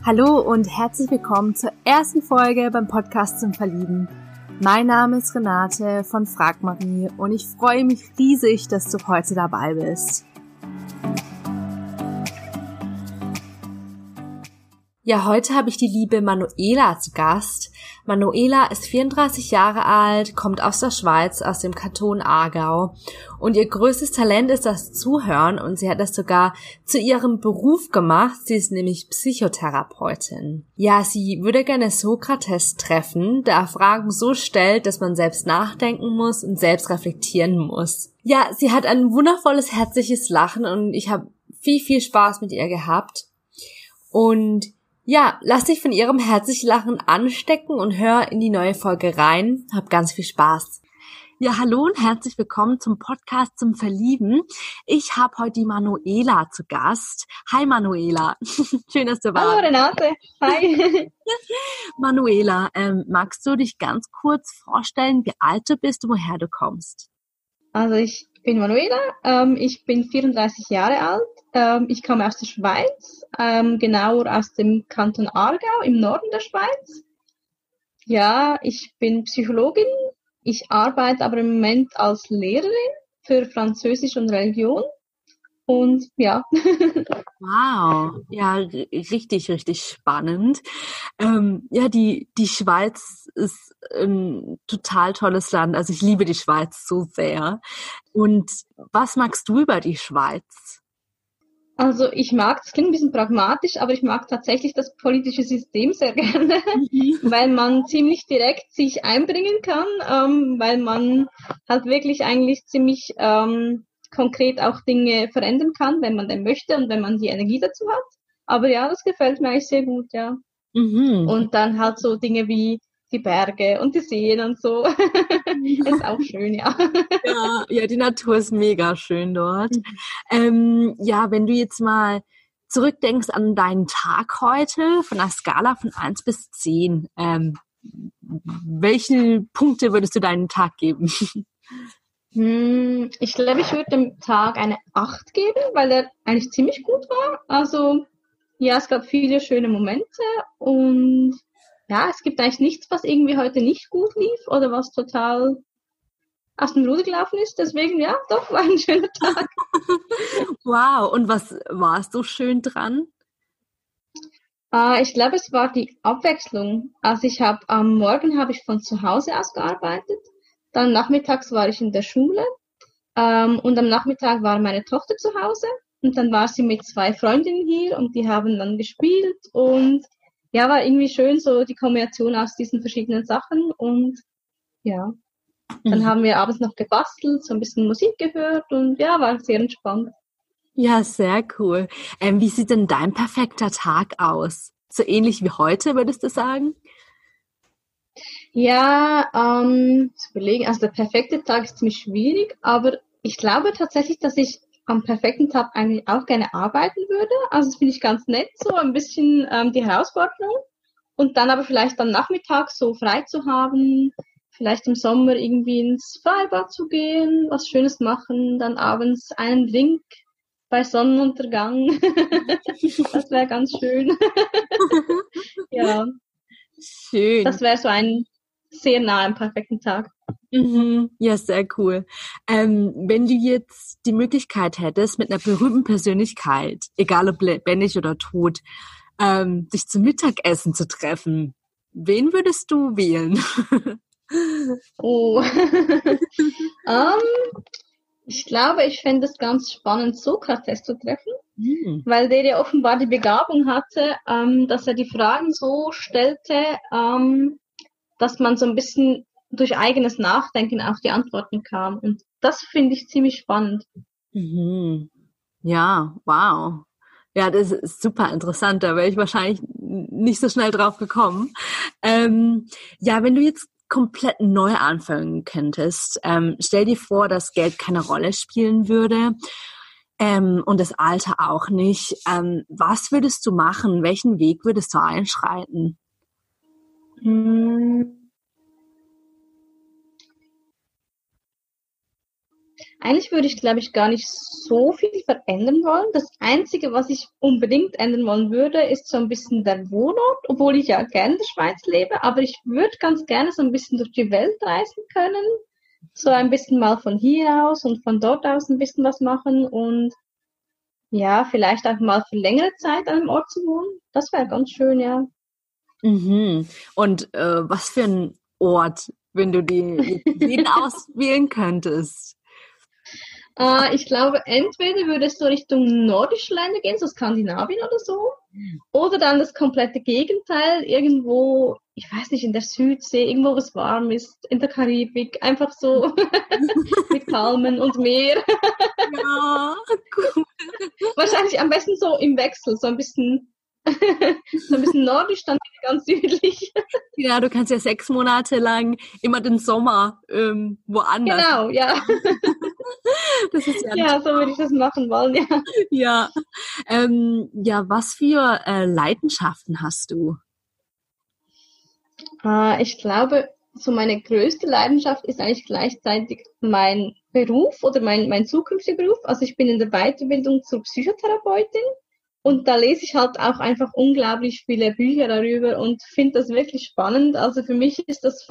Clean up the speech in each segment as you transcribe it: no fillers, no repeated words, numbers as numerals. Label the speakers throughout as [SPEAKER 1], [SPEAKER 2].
[SPEAKER 1] Hallo und herzlich willkommen zur ersten Folge beim Podcast zum Verlieben. Mein Name ist Renate von Frag Marie und ich freue mich riesig, dass du heute dabei bist. Ja, heute habe ich die liebe Manuela zu Gast. Manuela ist 34 Jahre alt, kommt aus der Schweiz, aus dem Kanton Aargau. Und ihr größtes Talent ist das Zuhören und sie hat das sogar zu ihrem Beruf gemacht. Sie ist nämlich Psychotherapeutin. Ja, sie würde gerne Sokrates treffen, der Fragen so stellt, dass man selbst nachdenken muss und selbst reflektieren muss. Ja, sie hat ein wundervolles, herzliches Lachen und ich habe viel Spaß mit ihr gehabt. Und ja, lass dich von ihrem herzlichen Lachen anstecken und hör in die neue Folge rein. Hab ganz viel Spaß. Ja, hallo und herzlich willkommen zum Podcast zum Verlieben. Ich habe heute die Manuela zu Gast. Hi Manuela, schön, dass du warst.
[SPEAKER 2] Hallo Renate, hi.
[SPEAKER 1] Manuela, magst du dich ganz kurz vorstellen, wie alt du bist und woher du kommst?
[SPEAKER 2] Also ich bin Manuela, ich bin 34 Jahre alt, ich komme aus der Schweiz, genauer aus dem Kanton Aargau im Norden der Schweiz. Ja, ich bin Psychologin, ich arbeite aber im Moment als Lehrerin für Französisch und Religion und ja.
[SPEAKER 1] Wow, ja, richtig spannend. Ja, die Schweiz ist ein total tolles Land. Also ich liebe die Schweiz so sehr. Und was magst du über die Schweiz?
[SPEAKER 2] Also ich mag, das klingt ein bisschen pragmatisch, aber ich mag tatsächlich das politische System sehr gerne, weil man ziemlich direkt sich einbringen kann, weil man halt wirklich eigentlich ziemlich konkret auch Dinge verändern kann, wenn man denn möchte und wenn man die Energie dazu hat. Aber ja, das gefällt mir eigentlich sehr gut, ja. Und dann halt so Dinge wie die Berge und die Seen und so. Ist auch schön, ja.
[SPEAKER 1] Ja, die Natur ist mega schön dort. Ja, wenn du jetzt mal zurückdenkst an deinen Tag heute, von einer Skala von 1 bis 10, welche Punkte würdest du deinen Tag geben?
[SPEAKER 2] Ich glaube, ich würde dem Tag eine 8 geben, weil er eigentlich ziemlich gut war. Also, ja, es gab viele schöne Momente und ja, es gibt eigentlich nichts, was irgendwie heute nicht gut lief oder was total aus dem Ruder gelaufen ist. Deswegen, ja, doch, war ein schöner Tag.
[SPEAKER 1] Wow, und was war so schön dran?
[SPEAKER 2] Ich glaube, es war die Abwechslung. Also am Morgen habe ich von zu Hause aus gearbeitet, dann nachmittags war ich in der Schule und am Nachmittag war meine Tochter zu Hause und dann war sie mit 2 Freundinnen hier und die haben dann gespielt und ja, war irgendwie schön so die Kombination aus diesen verschiedenen Sachen und ja, dann haben wir abends noch gebastelt, so ein bisschen Musik gehört und ja, war sehr entspannt.
[SPEAKER 1] Ja, sehr cool. Wie sieht denn dein perfekter Tag aus? So ähnlich wie heute, würdest du sagen?
[SPEAKER 2] Ja, zu überlegen, also der perfekte Tag ist ziemlich schwierig, aber ich glaube tatsächlich, dass ich am perfekten Tag eigentlich auch gerne arbeiten würde. Also das finde ich ganz nett, so ein bisschen die Herausforderung. Und dann aber vielleicht am Nachmittag so frei zu haben, vielleicht im Sommer irgendwie ins Freibad zu gehen, was Schönes machen, dann abends einen Drink bei Sonnenuntergang. Das wäre ganz schön. Ja,
[SPEAKER 1] Schön.
[SPEAKER 2] das wäre so ein sehr nah am perfekten Tag.
[SPEAKER 1] Ja, sehr cool. Wenn du jetzt die Möglichkeit hättest, mit einer berühmten Persönlichkeit, egal ob lebendig oder tot, dich zum Mittagessen zu treffen, wen würdest du wählen?
[SPEAKER 2] Oh. Ich glaube, ich fände es ganz spannend, Sokrates zu treffen, weil der ja offenbar die Begabung hatte, dass er die Fragen so stellte, dass man so ein bisschen durch eigenes Nachdenken auf die Antworten kam. Und das finde ich ziemlich spannend.
[SPEAKER 1] Ja, wow. Ja, das ist super interessant. Da wäre ich wahrscheinlich nicht so schnell drauf gekommen. Ja, wenn du jetzt komplett neu anfangen könntest, stell dir vor, dass Geld keine Rolle spielen würde, und das Alter auch nicht. Was würdest du machen? Welchen Weg würdest du einschreiten?
[SPEAKER 2] Eigentlich würde ich, glaube ich, gar nicht so viel verändern wollen. Das Einzige, was ich unbedingt ändern wollen würde, ist so ein bisschen der Wohnort, obwohl ich ja gerne in der Schweiz lebe. Aber ich würde ganz gerne so ein bisschen durch die Welt reisen können. So ein bisschen mal von hier aus und von dort aus ein bisschen was machen und ja, vielleicht auch mal für längere Zeit an einem Ort zu wohnen. Das wäre ganz schön, ja.
[SPEAKER 1] Mhm. Und was für ein Ort, wenn du die jeden auswählen könntest?
[SPEAKER 2] Ich glaube, entweder würde es so Richtung nordische Länder gehen, so Skandinavien oder so, oder dann das komplette Gegenteil, irgendwo, ich weiß nicht, in der Südsee, irgendwo was warm ist, in der Karibik, einfach so mit Palmen und Meer.
[SPEAKER 1] Ja, cool.
[SPEAKER 2] Wahrscheinlich am besten so im Wechsel, so ein bisschen, so ein bisschen nordisch, dann wieder ganz südlich.
[SPEAKER 1] Ja, du kannst ja 6 Monate lang immer den Sommer woanders.
[SPEAKER 2] Genau, ja.
[SPEAKER 1] Das ist ja ein
[SPEAKER 2] Ja, so würde ich das machen wollen, ja.
[SPEAKER 1] ja. Ja, was für Leidenschaften hast du?
[SPEAKER 2] Ich glaube, so meine größte Leidenschaft ist eigentlich gleichzeitig mein Beruf oder mein zukünftiger Beruf. Also ich bin in der Weiterbildung zur Psychotherapeutin und da lese ich halt auch einfach unglaublich viele Bücher darüber und finde das wirklich spannend. Also für mich ist das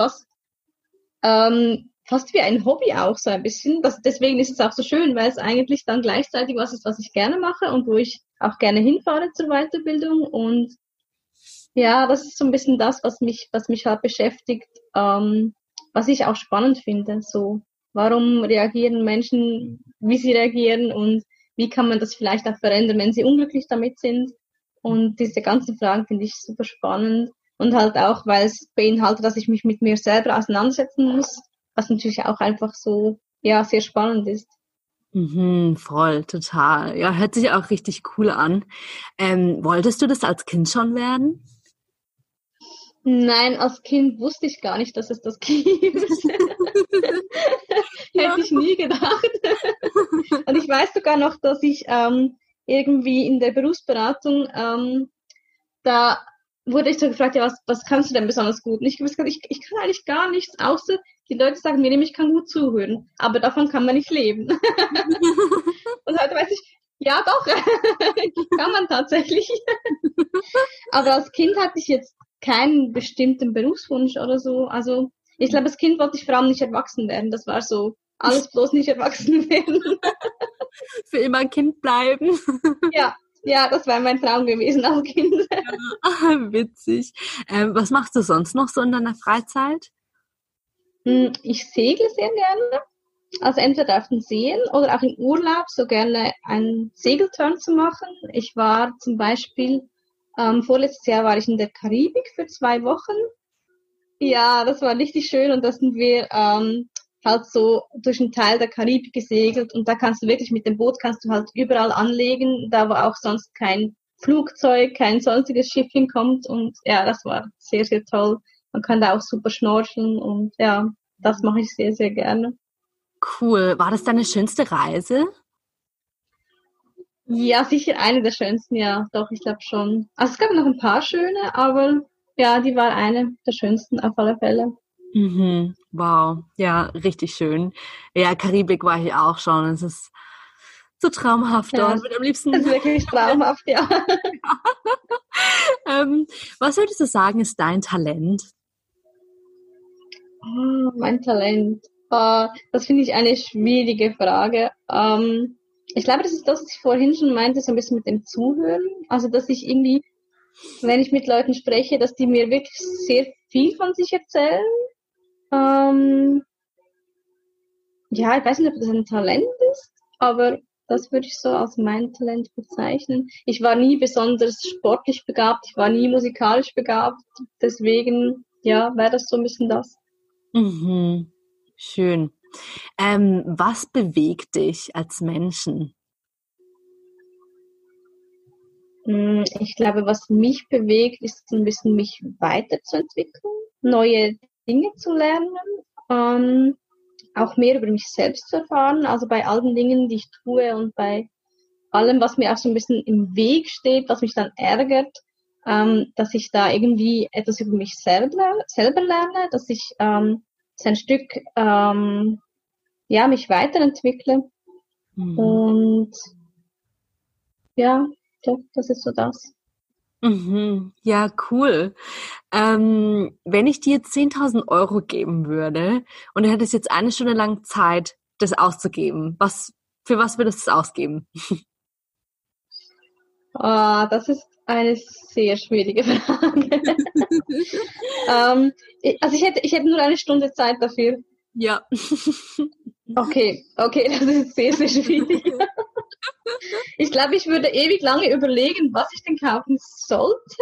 [SPEAKER 2] fast wie ein Hobby auch so ein bisschen. Deswegen ist es auch so schön, weil es eigentlich dann gleichzeitig was ist, was ich gerne mache und wo ich auch gerne hinfahre zur Weiterbildung. Und ja, das ist so ein bisschen das, was mich halt beschäftigt, was ich auch spannend finde. So, warum reagieren Menschen, wie sie reagieren und wie kann man das vielleicht auch verändern, wenn sie unglücklich damit sind. Und diese ganzen Fragen finde ich super spannend. Und halt auch, weil es beinhaltet, dass ich mich mit mir selber auseinandersetzen muss, was natürlich auch einfach so, ja, sehr spannend ist.
[SPEAKER 1] Mhm, voll, total. Ja, hört sich auch richtig cool an. Wolltest du das als Kind schon werden?
[SPEAKER 2] Nein, als Kind wusste ich gar nicht, dass es das gibt.
[SPEAKER 1] Ja.
[SPEAKER 2] Hätte ich nie gedacht. Und ich weiß sogar noch, dass ich irgendwie in der Berufsberatung, da wurde ich so gefragt, ja, was kannst du denn besonders gut? Und ich habe gesagt, ich kann eigentlich gar nichts, außer die Leute sagen mir nämlich, ich kann gut zuhören. Aber davon kann man nicht leben. Und heute weiß ich, ja doch, kann man tatsächlich. Aber als Kind hatte ich jetzt keinen bestimmten Berufswunsch oder so. Also ich glaube, als Kind wollte ich vor allem nicht erwachsen werden. Das war so, alles bloß nicht erwachsen werden.
[SPEAKER 1] Für immer ein Kind bleiben.
[SPEAKER 2] Ja, das wäre mein Traum gewesen als Kind.
[SPEAKER 1] Witzig. Was machst du sonst noch so in deiner Freizeit?
[SPEAKER 2] Ich segle sehr gerne. Also entweder auf den Seen oder auch im Urlaub so gerne einen Segelturn zu machen. Ich war zum Beispiel, vorletztes Jahr war ich in der Karibik für 2 Wochen. Ja, das war richtig schön und da sind wir halt so durch einen Teil der Karibik gesegelt und da kannst du wirklich mit dem Boot kannst du halt überall anlegen, da wo auch sonst kein Flugzeug, kein sonstiges Schiff hinkommt und ja, das war sehr, sehr toll. Man kann da auch super schnorcheln und ja, das mache ich sehr, sehr gerne.
[SPEAKER 1] Cool. War das deine schönste Reise?
[SPEAKER 2] Ja, sicher eine der schönsten, ja, doch, ich glaube schon. Also es gab noch ein paar schöne, aber ja, die war eine der schönsten auf alle Fälle.
[SPEAKER 1] Mhm. Wow. Ja, richtig schön. Ja, Karibik war ich auch schon. Es ist so traumhaft
[SPEAKER 2] Ja,
[SPEAKER 1] dort.
[SPEAKER 2] es
[SPEAKER 1] Mit am liebsten.
[SPEAKER 2] ist wirklich traumhaft, ja.
[SPEAKER 1] Was würdest du sagen, ist dein Talent?
[SPEAKER 2] Oh, mein Talent. Das finde ich eine schwierige Frage. Ich glaube, das ist das, was ich vorhin schon meinte, so ein bisschen mit dem Zuhören. Also, dass ich irgendwie, wenn ich mit Leuten spreche, dass die mir wirklich sehr viel von sich erzählen. Ähm, ja, ich weiß nicht, ob das ein Talent ist, aber das würde ich so als mein Talent bezeichnen. Ich war nie besonders sportlich begabt, ich war nie musikalisch begabt, deswegen, ja, wäre das so ein bisschen das.
[SPEAKER 1] Mhm. Schön. Was bewegt dich als Menschen?
[SPEAKER 2] Ich glaube, was mich bewegt, ist ein bisschen mich weiterzuentwickeln, neue Dinge zu lernen, auch mehr über mich selbst zu erfahren, also bei all den Dingen, die ich tue und bei allem, was mir auch so ein bisschen im Weg steht, was mich dann ärgert, dass ich da irgendwie etwas über mich selber lerne, dass ich so ein Stück ja, mich weiterentwickle. Und ja, doch, das ist so das.
[SPEAKER 1] Ja, cool. Wenn ich dir 10.000 Euro geben würde und du hättest jetzt eine Stunde lang Zeit, das auszugeben, für was würdest du es ausgeben?
[SPEAKER 2] Das ist eine sehr schwierige Frage. Also ich hätte nur eine Stunde Zeit dafür.
[SPEAKER 1] Ja.
[SPEAKER 2] Okay, das ist sehr, sehr schwierig. Ich glaube, ich würde ewig lange überlegen, was ich denn kaufen sollte.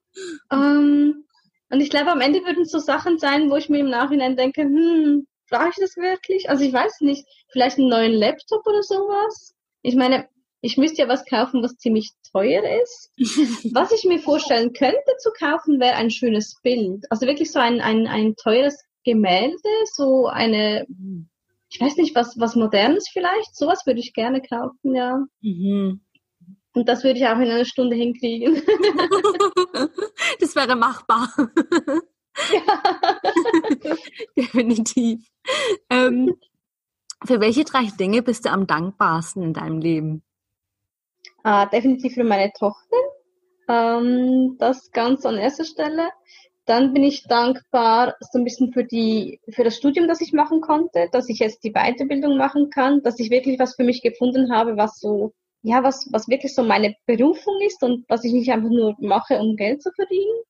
[SPEAKER 2] Und ich glaube, am Ende würden es so Sachen sein, wo ich mir im Nachhinein denke, brauche ich das wirklich? Also ich weiß nicht, vielleicht einen neuen Laptop oder sowas. Ich meine, ich müsste ja was kaufen, was ziemlich teuer ist. Was ich mir vorstellen könnte zu kaufen, wäre ein schönes Bild. Also wirklich so ein teures Gemälde, so eine, ich weiß nicht, was Modernes vielleicht. Sowas würde ich gerne kaufen, ja. Und das würde ich auch in einer Stunde hinkriegen.
[SPEAKER 1] Das wäre machbar.
[SPEAKER 2] Ja.
[SPEAKER 1] Definitiv. Für welche 3 Dinge bist du am dankbarsten in deinem Leben?
[SPEAKER 2] Definitiv für meine Tochter. Das ganz an erster Stelle. Dann bin ich dankbar so ein bisschen für das Studium, das ich machen konnte, dass ich jetzt die Weiterbildung machen kann, dass ich wirklich was für mich gefunden habe, was so, ja, was wirklich so meine Berufung ist und was ich nicht einfach nur mache, um Geld zu verdienen.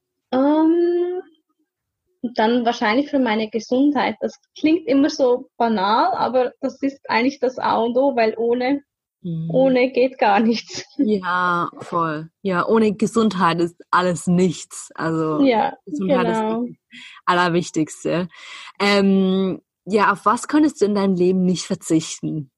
[SPEAKER 2] Und dann wahrscheinlich für meine Gesundheit. Das klingt immer so banal, aber das ist eigentlich das A und O, weil ohne geht gar nichts.
[SPEAKER 1] Ja, voll. Ja, ohne Gesundheit ist alles nichts. Also
[SPEAKER 2] Ja,
[SPEAKER 1] Gesundheit
[SPEAKER 2] genau.
[SPEAKER 1] ist das Allerwichtigste. Ja, auf was könntest du in deinem Leben nicht verzichten?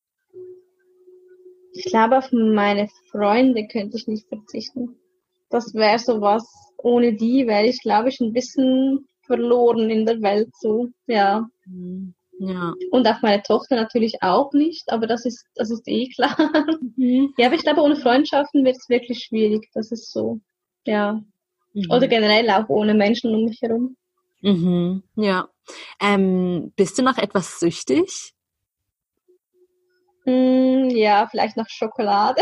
[SPEAKER 2] Ich glaube, auf meine Freunde könnte ich nicht verzichten. Das wäre so was, ohne die wäre ich, glaube ich, ein bisschen verloren in der Welt so, ja.
[SPEAKER 1] Ja.
[SPEAKER 2] Und auf meine Tochter natürlich auch nicht, aber das ist eh klar. Ja, aber ich glaube, ohne Freundschaften wird es wirklich schwierig. Das ist so, ja. Oder generell auch ohne Menschen um mich herum.
[SPEAKER 1] Ja. Bist du noch etwas süchtig?
[SPEAKER 2] Ja, vielleicht noch Schokolade.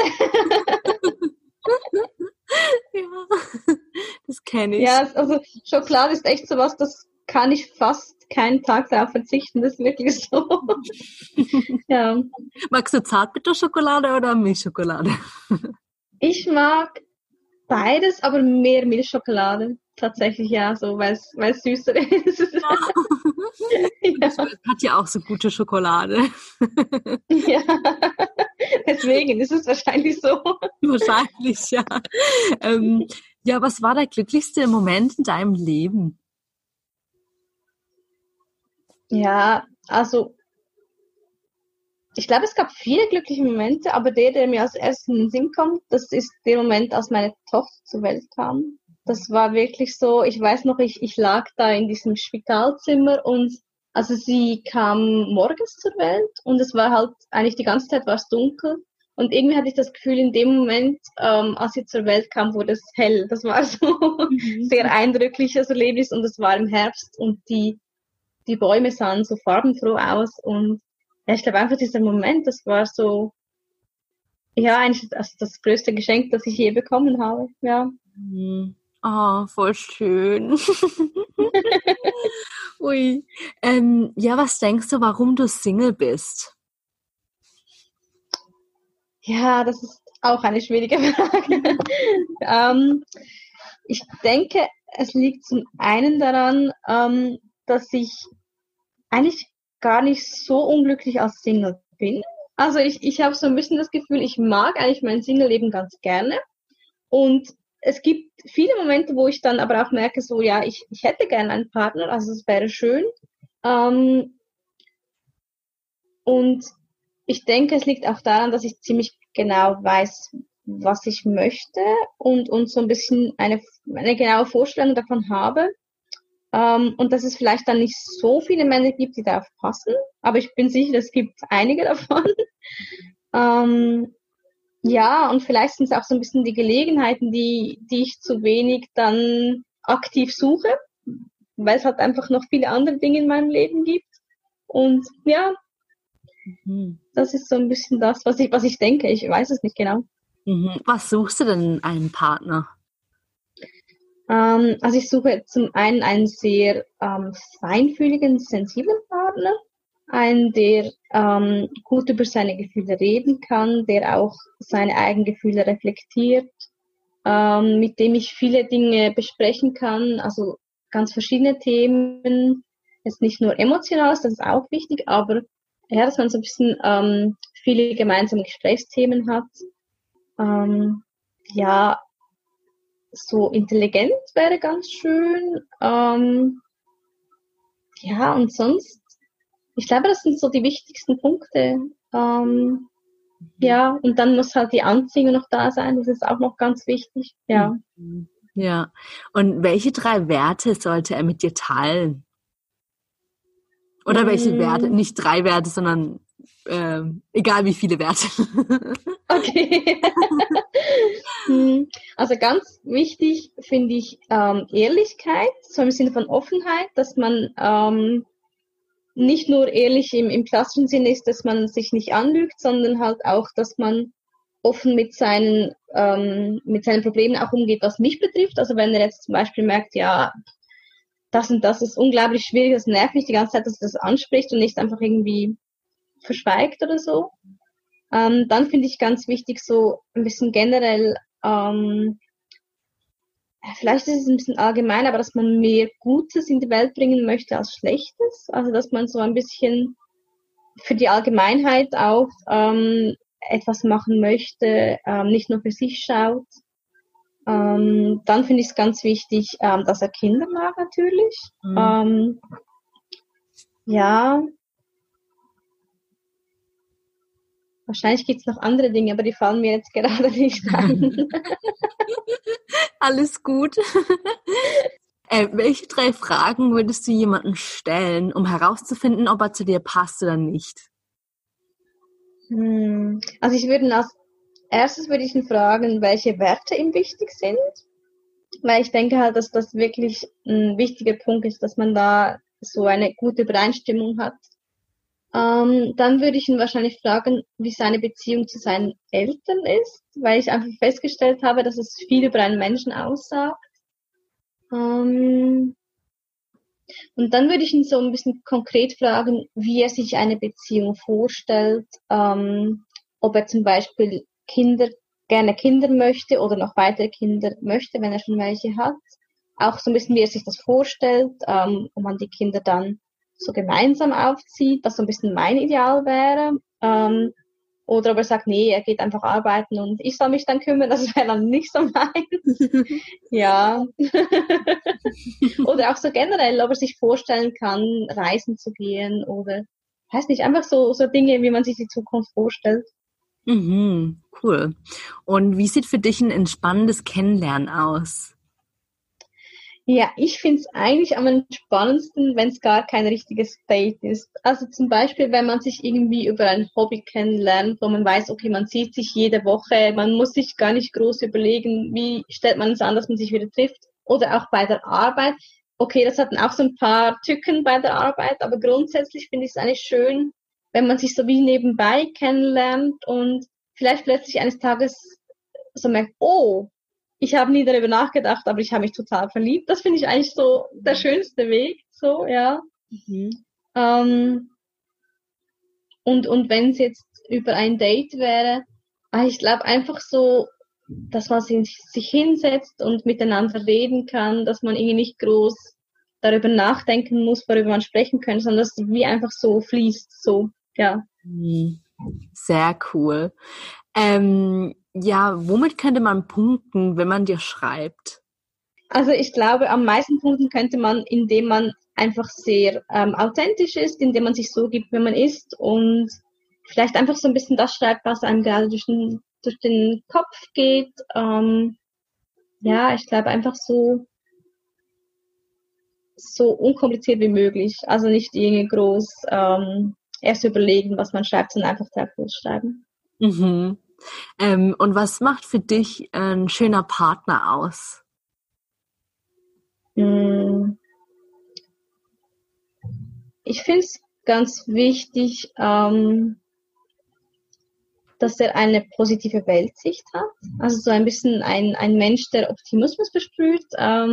[SPEAKER 1] Ja, das kenne ich.
[SPEAKER 2] Ja, also Schokolade ist echt sowas, das kann ich fast keinen Tag darauf verzichten. Das ist wirklich so. Ja.
[SPEAKER 1] Magst du Zartbitterschokolade oder Milchschokolade?
[SPEAKER 2] Ich mag beides, aber mehr Milchschokolade. Tatsächlich ja, so, weil es süßer ist.
[SPEAKER 1] Ja. Hat ja auch so gute Schokolade.
[SPEAKER 2] Ja, deswegen ist es wahrscheinlich so.
[SPEAKER 1] Wahrscheinlich, ja. Ja, was war der glücklichste Moment in deinem Leben?
[SPEAKER 2] Ja, also ich glaube, es gab viele glückliche Momente, aber der mir als erstes in den Sinn kommt, das ist der Moment, als meine Tochter zur Welt kam. Das war wirklich so, ich weiß noch, ich lag da in diesem Spitalzimmer und also sie kam morgens zur Welt und es war halt eigentlich die ganze Zeit war es dunkel und irgendwie hatte ich das Gefühl, in dem Moment, als sie zur Welt kam, wurde es hell. Das war so sehr eindrückliches Erlebnis und es war im Herbst und die Bäume sahen so farbenfroh aus und ja, ich glaube einfach dieser Moment, das war so, ja, eigentlich das größte Geschenk, das ich je bekommen habe, ja.
[SPEAKER 1] Oh, voll schön. Ui. Ja, was denkst du, warum du Single bist?
[SPEAKER 2] Ja, das ist auch eine schwierige Frage. Ich denke, es liegt zum einen daran, dass ich eigentlich gar nicht so unglücklich als Single bin. Also ich habe so ein bisschen das Gefühl, ich mag eigentlich mein Single-Leben ganz gerne. Und es gibt viele Momente, wo ich dann aber auch merke, so ja, ich hätte gerne einen Partner, also es wäre schön. Und ich denke, es liegt auch daran, dass ich ziemlich genau weiß, was ich möchte und so ein bisschen eine genaue Vorstellung davon habe. Und dass es vielleicht dann nicht so viele Männer gibt, die darauf passen, aber ich bin sicher, es gibt einige davon. Ja, und vielleicht sind es auch so ein bisschen die Gelegenheiten, die ich zu wenig dann aktiv suche, weil es halt einfach noch viele andere Dinge in meinem Leben gibt. Und ja,
[SPEAKER 1] Mhm.
[SPEAKER 2] Das ist so ein bisschen das, was ich denke. Ich weiß es nicht genau.
[SPEAKER 1] Mhm. Was suchst du denn in einem Partner?
[SPEAKER 2] Also ich suche zum einen einen sehr feinfühligen, sensiblen Partner, einen, der gut über seine Gefühle reden kann, der auch seine eigenen Gefühle reflektiert, mit dem ich viele Dinge besprechen kann, also ganz verschiedene Themen, jetzt nicht nur Emotionales, das ist auch wichtig, aber ja, dass man so ein bisschen viele gemeinsame Gesprächsthemen hat. Ja, so intelligent wäre ganz schön. Ja, und sonst, ich glaube, das sind so die wichtigsten Punkte. Ja, und dann muss halt die Anziehung noch da sein, das ist auch noch ganz wichtig. Ja.
[SPEAKER 1] Mhm. Ja. Und welche 3 Werte sollte er mit dir teilen? Oder welche Werte?
[SPEAKER 2] Mm,
[SPEAKER 1] Nicht 3 Werte, sondern egal wie viele Werte.
[SPEAKER 2] okay. Also ganz wichtig finde ich Ehrlichkeit, so im Sinne von Offenheit, dass man nicht nur ehrlich im klassischen Sinne ist, dass man sich nicht anlügt, sondern halt auch, dass man offen mit seinen Problemen auch umgeht, was mich betrifft. Also wenn er jetzt zum Beispiel merkt, ja, das und das ist unglaublich schwierig, das nervt mich die ganze Zeit, dass er das anspricht und nicht einfach irgendwie verschweigt oder so. Dann finde ich ganz wichtig, so ein bisschen generell, vielleicht ist es ein bisschen allgemein, aber dass man mehr Gutes in die Welt bringen möchte als Schlechtes. Also dass man so ein bisschen für die Allgemeinheit auch etwas machen möchte, nicht nur für sich schaut. Dann finde ich es ganz wichtig, dass er Kinder mag natürlich.
[SPEAKER 1] Mhm.
[SPEAKER 2] Ja, wahrscheinlich gibt es noch andere Dinge, aber die fallen mir jetzt gerade nicht ein.
[SPEAKER 1] Alles gut. Welche 3 Fragen würdest du jemandem stellen, um herauszufinden, ob er zu dir passt oder nicht?
[SPEAKER 2] Also ich würde als erstes würde ich ihn fragen, welche Werte ihm wichtig sind, weil ich denke halt, dass das wirklich ein wichtiger Punkt ist, dass man da so eine gute Übereinstimmung hat. Dann würde ich ihn wahrscheinlich fragen, wie seine Beziehung zu seinen Eltern ist, weil ich einfach festgestellt habe, dass es viel über einen Menschen aussagt. Ähm, und dann würde ich ihn so ein bisschen konkret fragen, wie er sich eine Beziehung vorstellt, ob er zum Beispiel gerne Kinder möchte oder noch weitere Kinder möchte, wenn er schon welche hat. Auch so ein bisschen, wie er sich das vorstellt, ob man die Kinder dann so gemeinsam aufzieht, was so ein bisschen mein Ideal wäre. Oder ob er sagt, nee, er geht einfach arbeiten und ich soll mich dann kümmern, das wäre dann nicht so meins. Ja. Oder auch so generell, ob er sich vorstellen kann, reisen zu gehen oder, weiß nicht, einfach so Dinge, wie man sich die Zukunft vorstellt.
[SPEAKER 1] Mhm, cool. Und wie sieht für dich ein entspannendes Kennenlernen aus?
[SPEAKER 2] Ja, ich finde es eigentlich am entspannendsten, wenn es gar kein richtiges Date ist. Also zum Beispiel, wenn man sich irgendwie über ein Hobby kennenlernt, wo man weiß, okay, man sieht sich jede Woche, man muss sich gar nicht groß überlegen, wie stellt man es an, dass man sich wieder trifft. Oder auch bei der Arbeit. Okay, das hatten auch so ein paar Tücken bei der Arbeit, aber grundsätzlich finde ich es eigentlich schön, wenn man sich so wie nebenbei kennenlernt und vielleicht plötzlich eines Tages so merkt, oh, ich habe nie darüber nachgedacht, aber ich habe mich total verliebt. Das finde ich eigentlich so der schönste Weg, so, ja.
[SPEAKER 1] Mhm.
[SPEAKER 2] Ähm, und wenn es jetzt über ein Date wäre, ich glaube einfach so, dass man sich hinsetzt und miteinander reden kann, dass man irgendwie nicht groß darüber nachdenken muss, worüber man sprechen könnte, sondern dass es wie einfach so fließt, so, ja.
[SPEAKER 1] Mhm. Sehr cool. Ja, womit könnte man punkten, wenn man dir schreibt?
[SPEAKER 2] Also ich glaube, am meisten punkten könnte man, indem man einfach sehr authentisch ist, indem man sich so gibt, wie man ist und vielleicht einfach so ein bisschen das schreibt, was einem gerade durch den Kopf geht. Ja, ich glaube einfach so unkompliziert wie möglich. Also nicht irgendwie groß erst überlegen, was man schreibt, sondern einfach drauf losschreiben.
[SPEAKER 1] Mhm. Und was macht für dich ein schöner Partner aus?
[SPEAKER 2] Hm. Ich finde es ganz wichtig, dass er eine positive Weltsicht hat. Also so ein bisschen ein Mensch, der Optimismus versprüht,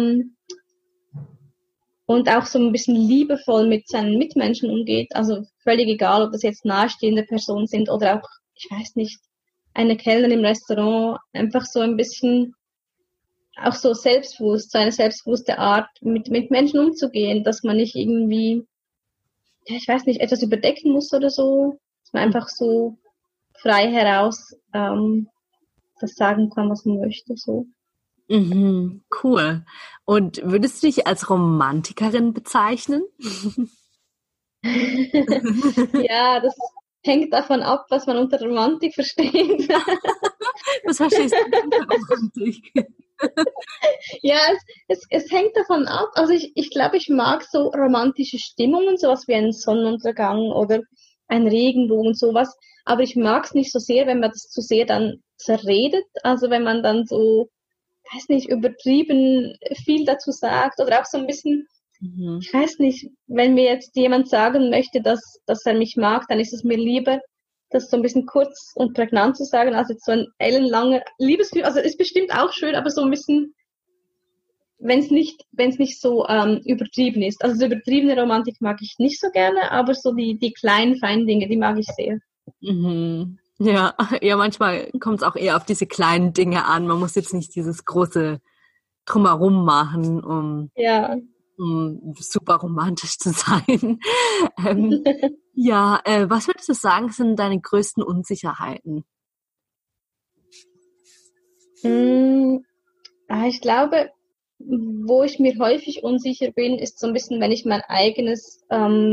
[SPEAKER 2] und auch so ein bisschen liebevoll mit seinen Mitmenschen umgeht. Also völlig egal, ob das jetzt nahestehende Personen sind oder auch, ich weiß nicht, eine Kellnerin im Restaurant. Einfach so ein bisschen auch so selbstbewusst, so eine selbstbewusste Art, mit Menschen umzugehen, dass man nicht irgendwie, ja, ich weiß nicht, etwas überdecken muss oder so. Dass man einfach so frei heraus das sagen kann, was man möchte. So.
[SPEAKER 1] Mhm, cool. Und würdest du dich als Romantikerin bezeichnen?
[SPEAKER 2] Ja, das hängt davon ab, was man unter Romantik versteht.
[SPEAKER 1] Was verstehst du unter Romantik?
[SPEAKER 2] Ja, es hängt davon ab. Also ich glaube, ich mag so romantische Stimmungen, sowas wie ein Sonnenuntergang oder ein Regenbogen, sowas. Aber ich mag es nicht so sehr, wenn man das zu sehr dann zerredet. Also wenn man dann so, weiß nicht, übertrieben viel dazu sagt oder auch so ein bisschen, ich weiß nicht, wenn mir jetzt jemand sagen möchte, dass er mich mag, dann ist es mir lieber, das so ein bisschen kurz und prägnant zu sagen, als jetzt so ein ellenlanger Liebesgefühl. Also ist bestimmt auch schön, aber so ein bisschen, wenn es nicht so übertrieben ist. Also so übertriebene Romantik mag ich nicht so gerne, aber so die kleinen, feinen Dinge, die mag ich sehr.
[SPEAKER 1] Mhm. Ja, manchmal kommt es auch eher auf diese kleinen Dinge an. Man muss jetzt nicht dieses große Drumherum machen, um super romantisch zu sein. Was würdest du sagen, sind deine größten Unsicherheiten?
[SPEAKER 2] Ich glaube, wo ich mir häufig unsicher bin, ist so ein bisschen, wenn ich mein eigenes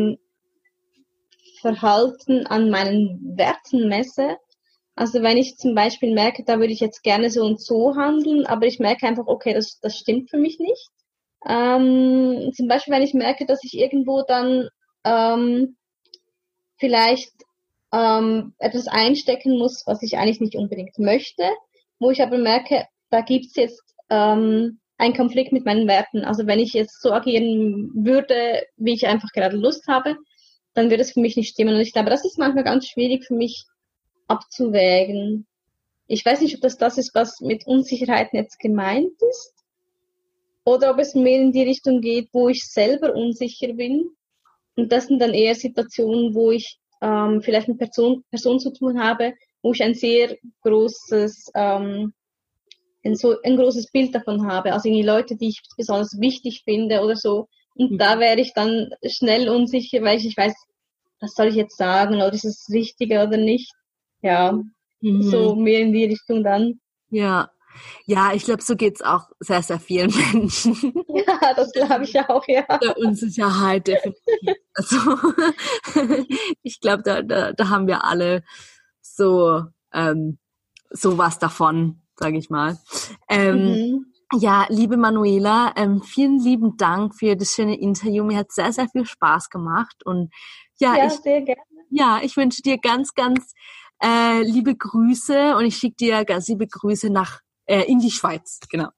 [SPEAKER 2] Verhalten an meinen Werten messe. Also wenn ich zum Beispiel merke, da würde ich jetzt gerne so und so handeln, aber ich merke einfach, okay, das stimmt für mich nicht. Zum Beispiel, wenn ich merke, dass ich irgendwo dann vielleicht etwas einstecken muss, was ich eigentlich nicht unbedingt möchte, wo ich aber merke, da gibt's jetzt einen Konflikt mit meinen Werten. Also wenn ich jetzt so agieren würde, wie ich einfach gerade Lust habe, dann würde es für mich nicht stimmen. Und ich glaube, das ist manchmal ganz schwierig für mich abzuwägen. Ich weiß nicht, ob das ist, was mit Unsicherheiten jetzt gemeint ist, oder ob es mehr in die Richtung geht, wo ich selber unsicher bin. Und das sind dann eher Situationen, wo ich vielleicht mit Personen zu tun habe, wo ich ein sehr großes, ein großes Bild davon habe. Also irgendwie Leute, die ich besonders wichtig finde oder so. Und da wäre ich dann schnell unsicher, weil ich weiß, was soll ich jetzt sagen, oder ist es richtig oder nicht? Ja, so mehr in die Richtung dann.
[SPEAKER 1] Ja, ich glaube, so geht's auch sehr, sehr vielen Menschen.
[SPEAKER 2] Ja, das glaube ich auch, ja.
[SPEAKER 1] Der Unsicherheit definitiv. Also ich glaube, da haben wir alle so was davon, sage ich mal. Ja, liebe Manuela, vielen lieben Dank für das schöne Interview. Mir hat sehr, sehr viel Spaß gemacht und
[SPEAKER 2] sehr gerne.
[SPEAKER 1] Ja, ich wünsche dir ganz, ganz liebe Grüße und ich schicke dir ganz liebe Grüße in die Schweiz, genau.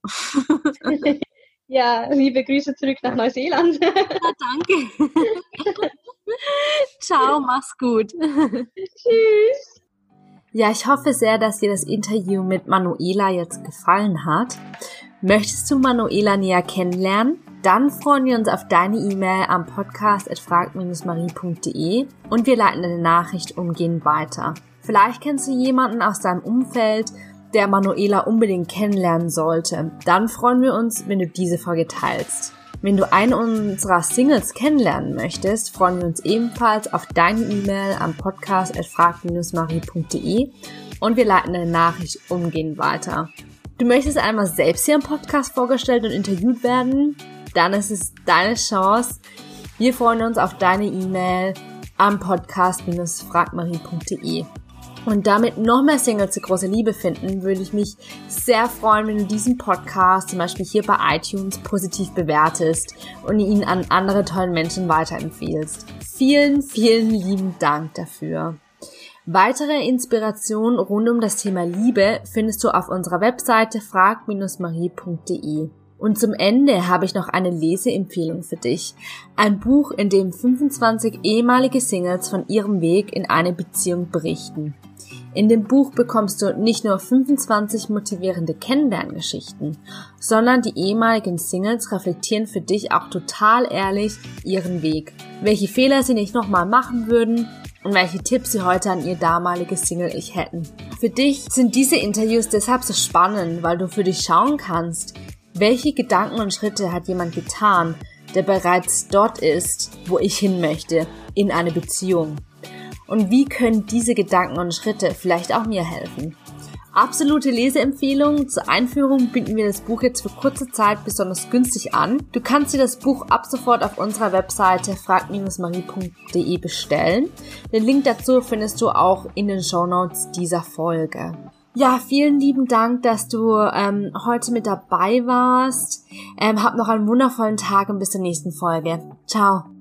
[SPEAKER 2] Ja, liebe Grüße zurück nach Neuseeland.
[SPEAKER 1] Ja, danke. Ciao, mach's gut.
[SPEAKER 2] Tschüss.
[SPEAKER 1] Ja, ich hoffe sehr, dass dir das Interview mit Manuela jetzt gefallen hat. Möchtest du Manuela näher kennenlernen? Dann freuen wir uns auf deine E-Mail am podcast@frag-marie.de und wir leiten deine Nachricht umgehend weiter. Vielleicht kennst du jemanden aus deinem Umfeld, der Manuela unbedingt kennenlernen sollte. Dann freuen wir uns, wenn du diese Folge teilst. Wenn du eine unserer Singles kennenlernen möchtest, freuen wir uns ebenfalls auf deine E-Mail am podcast@frag-marie.de und wir leiten deine Nachricht umgehend weiter. Du möchtest einmal selbst hier im Podcast vorgestellt und interviewt werden? Dann ist es deine Chance. Wir freuen uns auf deine E-Mail am podcast-fragmarie.de. Und damit noch mehr Singles zur große Liebe finden, würde ich mich sehr freuen, wenn du diesen Podcast zum Beispiel hier bei iTunes positiv bewertest und ihn an andere tolle Menschen weiterempfiehlst. Vielen, vielen lieben Dank dafür. Weitere Inspirationen rund um das Thema Liebe findest du auf unserer Webseite frag-marie.de. Und zum Ende habe ich noch eine Leseempfehlung für dich. Ein Buch, in dem 25 ehemalige Singles von ihrem Weg in eine Beziehung berichten. In dem Buch bekommst du nicht nur 25 motivierende Kennenlerngeschichten, sondern die ehemaligen Singles reflektieren für dich auch total ehrlich ihren Weg. Welche Fehler sie nicht nochmal machen würden und welche Tipps sie heute an ihr damaliges Single-Ich hätten. Für dich sind diese Interviews deshalb so spannend, weil du für dich schauen kannst, welche Gedanken und Schritte hat jemand getan, der bereits dort ist, wo ich hin möchte, in eine Beziehung. Und wie können diese Gedanken und Schritte vielleicht auch mir helfen? Absolute Leseempfehlung. Zur Einführung bieten wir das Buch jetzt für kurze Zeit besonders günstig an. Du kannst dir das Buch ab sofort auf unserer Webseite frag-marie.de bestellen. Den Link dazu findest du auch in den Shownotes dieser Folge. Ja, vielen lieben Dank, dass du heute mit dabei warst. Hab noch einen wundervollen Tag und bis zur nächsten Folge. Ciao.